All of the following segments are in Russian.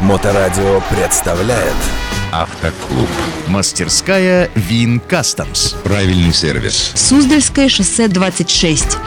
Моторадио представляет Автоклуб. Мастерская Вин Кастомс. Правильный сервис. Суздальское шоссе 26.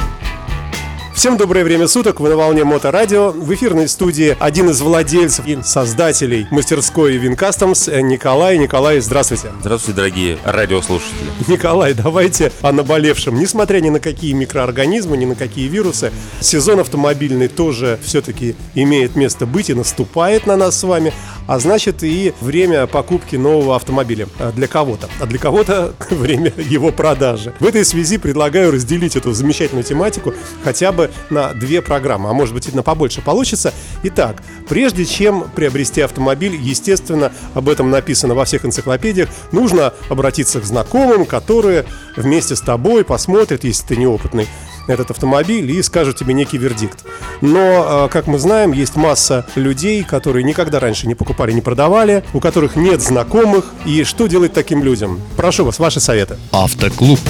Всем доброе время суток, вы на волне Моторадио. В эфирной студии один из владельцев и создателей мастерской Вин Кастомс Николай. Николай, здравствуйте. Здравствуйте, дорогие радиослушатели. Николай, давайте о наболевшем. Несмотря ни на какие микроорганизмы, ни на какие вирусы, сезон автомобильный тоже все-таки имеет место быть и наступает на нас с вами. А значит, и время покупки нового автомобиля для кого-то. А для кого-то время его продажи. В этой связи предлагаю разделить эту замечательную тематику хотя бы на две программы, а может быть и на побольше получится. Итак, прежде чем приобрести автомобиль, естественно, об этом написано во всех энциклопедиях, нужно обратиться к знакомым, которые вместе с тобой посмотрят, если ты неопытный, этот автомобиль и скажут тебе некий вердикт. Но, как мы знаем, есть масса людей, которые никогда раньше не покупали, не продавали, у которых нет знакомых. И что делать таким людям? Прошу вас, ваши советы. Автоклуб.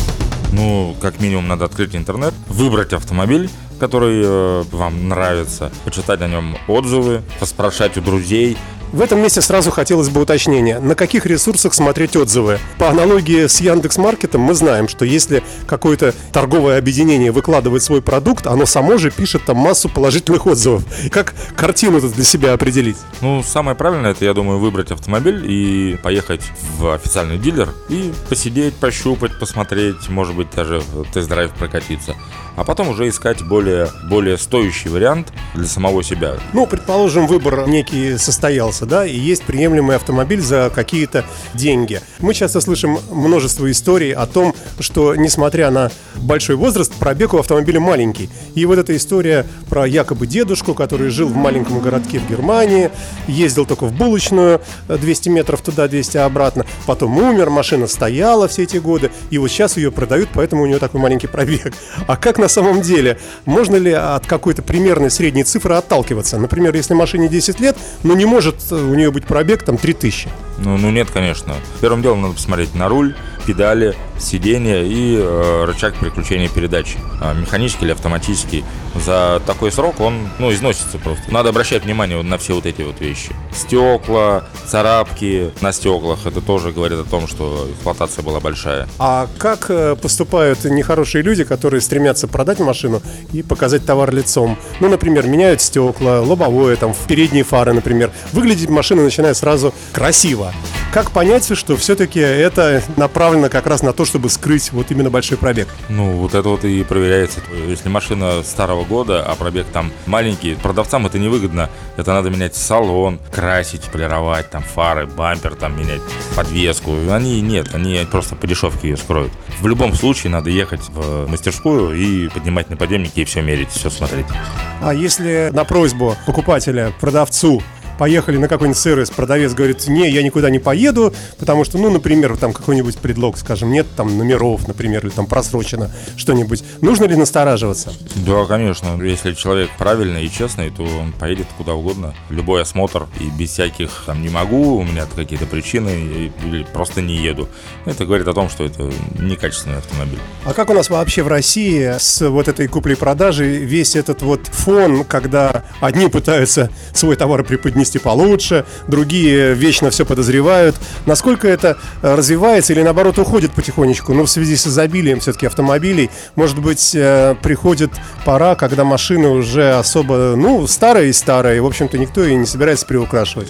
Как минимум надо открыть интернет, выбрать автомобиль, который вам нравится, почитать о нем отзывы, поспрашать у друзей. В этом месте сразу хотелось бы уточнения, на каких ресурсах смотреть отзывы. По аналогии с Яндекс.Маркетом мы знаем, что если какое-то торговое объединение выкладывает свой продукт, оно само же пишет там массу положительных отзывов. Как картину-то для себя определить? Самое правильное, это, я думаю, выбрать автомобиль и поехать в официальный дилер и посидеть, пощупать, посмотреть, может быть, даже тест-драйв прокатиться. А потом уже искать более стоящий вариант для самого себя. Предположим, выбор некий состоялся, да, и есть приемлемый автомобиль за какие-то деньги. Мы часто слышим множество историй о том, что, несмотря на большой возраст, пробег у автомобиля маленький. И вот эта история про якобы дедушку, который жил в маленьком городке в Германии, ездил только в булочную 200 метров туда, 200 обратно, потом умер, машина стояла все эти годы, и вот сейчас ее продают, поэтому у нее такой маленький пробег. А как на самом деле? Можно ли от какой-то примерной средней цифры отталкиваться? Например, если машине 10 лет, но не может у нее быть пробег там 3000. Нет, конечно. Первым делом надо посмотреть на руль, педали, сиденье и рычаг переключения передач. Механический или автоматический. За такой срок он износится просто. Надо обращать внимание на все вот эти вот вещи. Стекла, царапки на стеклах. Это тоже говорит о том, что эксплуатация была большая. А как поступают нехорошие люди, которые стремятся продать машину и показать товар лицом? Например, меняют стекла, лобовое, передние фары, например. Выглядеть машина начинает сразу красиво. Как понять, что все-таки это направлено как раз на то, чтобы скрыть вот именно большой пробег? Это и проверяется. Если машина старого года, а пробег там маленький, продавцам это невыгодно. Это надо менять салон, красить, полировать, фары, бампер, менять подвеску. Они просто по дешевке ее скроют. В любом случае надо ехать в мастерскую и поднимать на подъемнике и все мерить, все смотреть. А если на просьбу покупателя, продавцу, поехали на какой-нибудь сервис, продавец говорит: не, я никуда не поеду, потому что, например, какой-нибудь предлог, скажем, нет номеров, например, или просрочено что-нибудь. Нужно ли настораживаться? Да, конечно. Если человек правильный и честный, то он поедет куда угодно. Любой осмотр и без всяких не могу, у меня какие-то причины, или просто не еду. Это говорит о том, что это некачественный автомобиль. А как у нас вообще в России с вот этой куплей-продажей весь этот вот фон, когда одни пытаются свой товар преподнести получше, другие вечно все подозревают. Насколько это развивается или наоборот уходит потихонечку? В связи с изобилием все-таки автомобилей, может быть, приходит пора, когда машины уже особо, старые, и, в общем-то, никто и не собирается приукрашивать.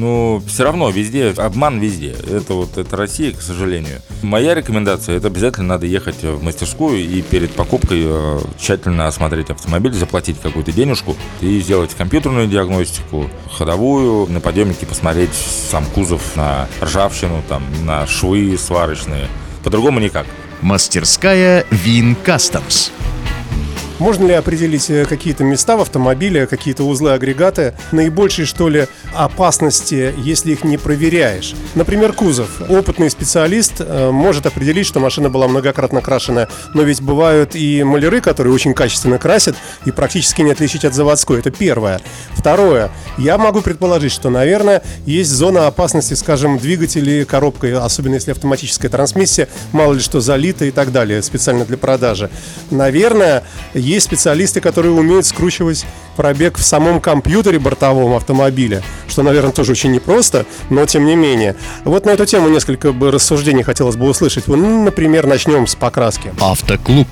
Все равно везде, обман везде. Это Россия, к сожалению. Моя рекомендация, это обязательно надо ехать в мастерскую и перед покупкой тщательно осмотреть автомобиль, заплатить какую-то денежку и сделать компьютерную диагностику, ходовую, на подъемнике посмотреть сам кузов на ржавчину, на швы сварочные. По-другому никак. Мастерская Вин Кастомс. Можно ли определить какие-то места в автомобиле, какие-то узлы, агрегаты, наибольшие, что ли, опасности, если их не проверяешь? Например, кузов. Опытный специалист может определить, что машина была многократно крашена, но ведь бывают и маляры, которые очень качественно красят и практически не отличить от заводской. Это первое. Второе. Я могу предположить, что, наверное, есть зона опасности, скажем, двигателя, коробка, особенно если автоматическая трансмиссия, мало ли что залито и так далее, специально для продажи. Наверное, есть специалисты, которые умеют скручивать пробег в самом компьютере бортовом автомобиля, что, наверное, тоже очень непросто, но тем не менее. Вот на эту тему несколько бы рассуждений хотелось бы услышать. Например, начнем с покраски. Автоклуб.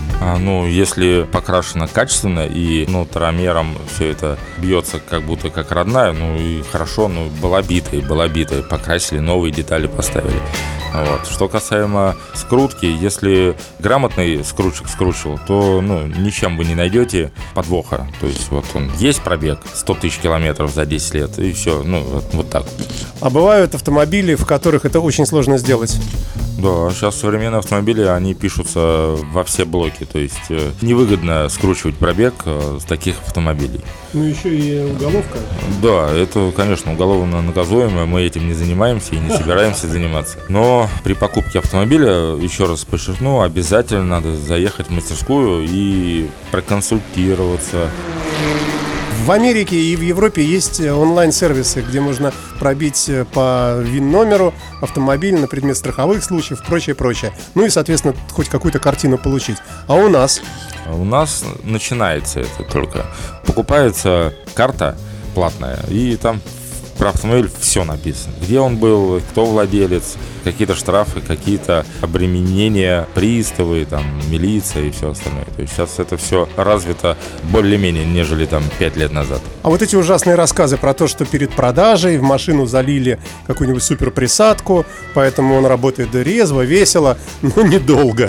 Если покрашено качественно и, таромером все это бьется как будто как родная, и хорошо, была битая, покрасили, новые детали поставили. Вот. Что касаемо скрутки, если грамотный скрутчик скручивал, то ничем вы не найдете подвоха. То есть вот он есть пробег 100 тысяч километров за 10 лет, и все, вот так. А бывают автомобили, в которых это очень сложно сделать? Да, сейчас современные автомобили, они пишутся во все блоки, то есть невыгодно скручивать пробег с таких автомобилей. Еще и уголовка. Да, это, конечно, уголовно наказуемо, мы этим не занимаемся и не собираемся заниматься. Но при покупке автомобиля, еще раз подчеркну, обязательно надо заехать в мастерскую и проконсультироваться. В Америке и в Европе есть онлайн-сервисы, где можно пробить по ВИН-номеру автомобиль на предмет страховых случаев, прочее. И, соответственно, хоть какую-то картину получить. А у нас? У нас начинается это только. Покупается карта платная, и там про автомобиль все написано. Где он был, кто владелец, какие-то штрафы, какие-то обременения, приставы, милиция и все остальное. То есть сейчас это все развито более-менее, нежели 5 лет назад. А вот эти ужасные рассказы про то, что перед продажей в машину залили какую-нибудь суперприсадку, поэтому он работает резво, весело, но недолго.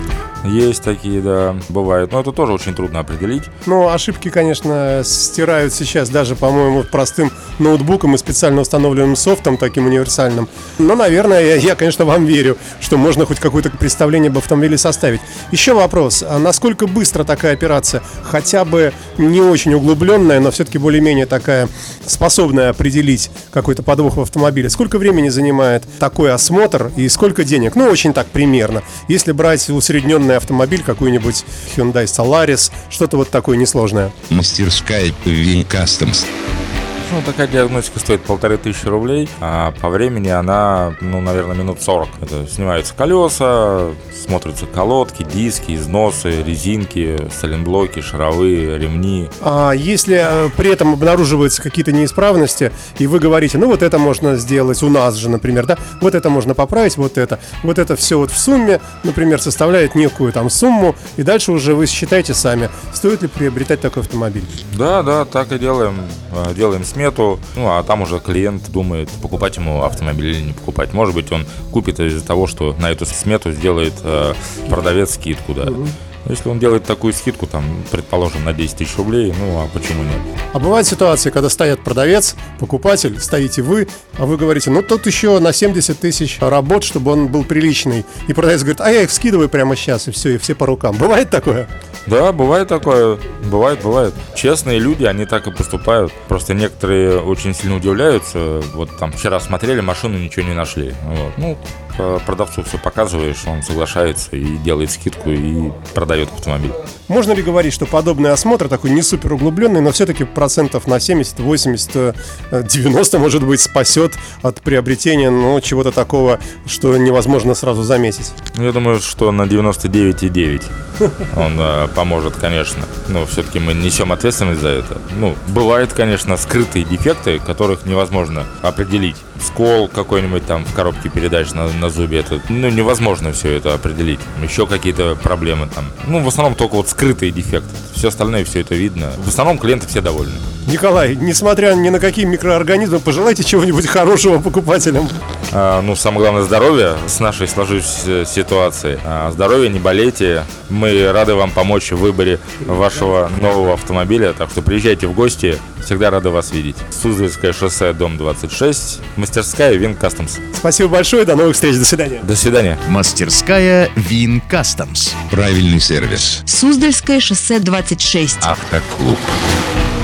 Есть такие, да, бывают. Но это тоже очень трудно определить. Ошибки, конечно, стирают сейчас даже, по-моему, простым ноутбуком и специально установленным софтом, таким универсальным. Но, наверное, я, конечно, вам верю, что можно хоть какое-то представление об автомобиле составить. Еще вопрос. А насколько быстро такая операция, хотя бы не очень углубленная, но все-таки более-менее такая, способная определить какой-то подвох в автомобиле? Сколько времени занимает такой осмотр и сколько денег? Очень так примерно. Если брать усредненный автомобиль, какой-нибудь Hyundai Solaris, что-то вот такое несложное. Мастерская Вин Customs. Такая диагностика стоит 1500 рублей, а по времени она, наверное, минут 40. Это снимаются колеса, смотрятся колодки, диски, износы, резинки, сайлентблоки, шаровые, ремни. А если при этом обнаруживаются какие-то неисправности, и вы говорите, вот это можно сделать у нас же, например, да, вот это можно поправить, вот это все вот в сумме, например, составляет некую сумму, и дальше уже вы считаете сами, стоит ли приобретать такой автомобиль. Да, так и делаем. Делаем смету, а там уже клиент думает, покупать ему автомобиль или не покупать. Может быть, он купит из-за того, что на эту смету сделает продавец скидку, да. Если он делает такую скидку, предположим, на 10 тысяч рублей, а почему нет? А бывают ситуации, когда стоят продавец, покупатель, стоите вы, а вы говорите, тут еще на 70 тысяч работ, чтобы он был приличный. И продавец говорит, я их скидываю прямо сейчас, и все по рукам. Бывает такое? Да, бывает такое. Бывает. Честные люди, они так и поступают. Просто некоторые очень сильно удивляются. Вчера смотрели машину, ничего не нашли. Продавцу все показываешь, он соглашается и делает скидку и продает автомобиль. Можно ли говорить, что подобный осмотр, такой не супер углубленный, но все-таки процентов на 70, 80, 90, может быть, спасет от приобретения чего-то такого, что невозможно сразу заметить? Я думаю, что на 99,9 он поможет, конечно. Но все-таки мы несем ответственность за это. Бывают, конечно, скрытые дефекты, которых невозможно определить. Скол какой-нибудь в коробке передач на зубе, это невозможно все это определить. Еще какие-то проблемы в основном только скрытые дефекты. Все остальное, все это видно. В основном клиенты все довольны. Николай, несмотря ни на какие микроорганизмы, пожелайте чего-нибудь хорошего покупателям. Самое главное — здоровье с нашей сложившейся ситуацией. Здоровье, не болейте. Мы рады вам помочь в выборе вашего нового автомобиля. Так что приезжайте в гости. Всегда рады вас видеть. Суздальское шоссе, дом 26. Мастерская Вин Customs. Спасибо большое. До новых встреч. До свидания. До свидания. Мастерская Вин Customs. Правильный сервис. Суздальское шоссе 26. Автоклуб.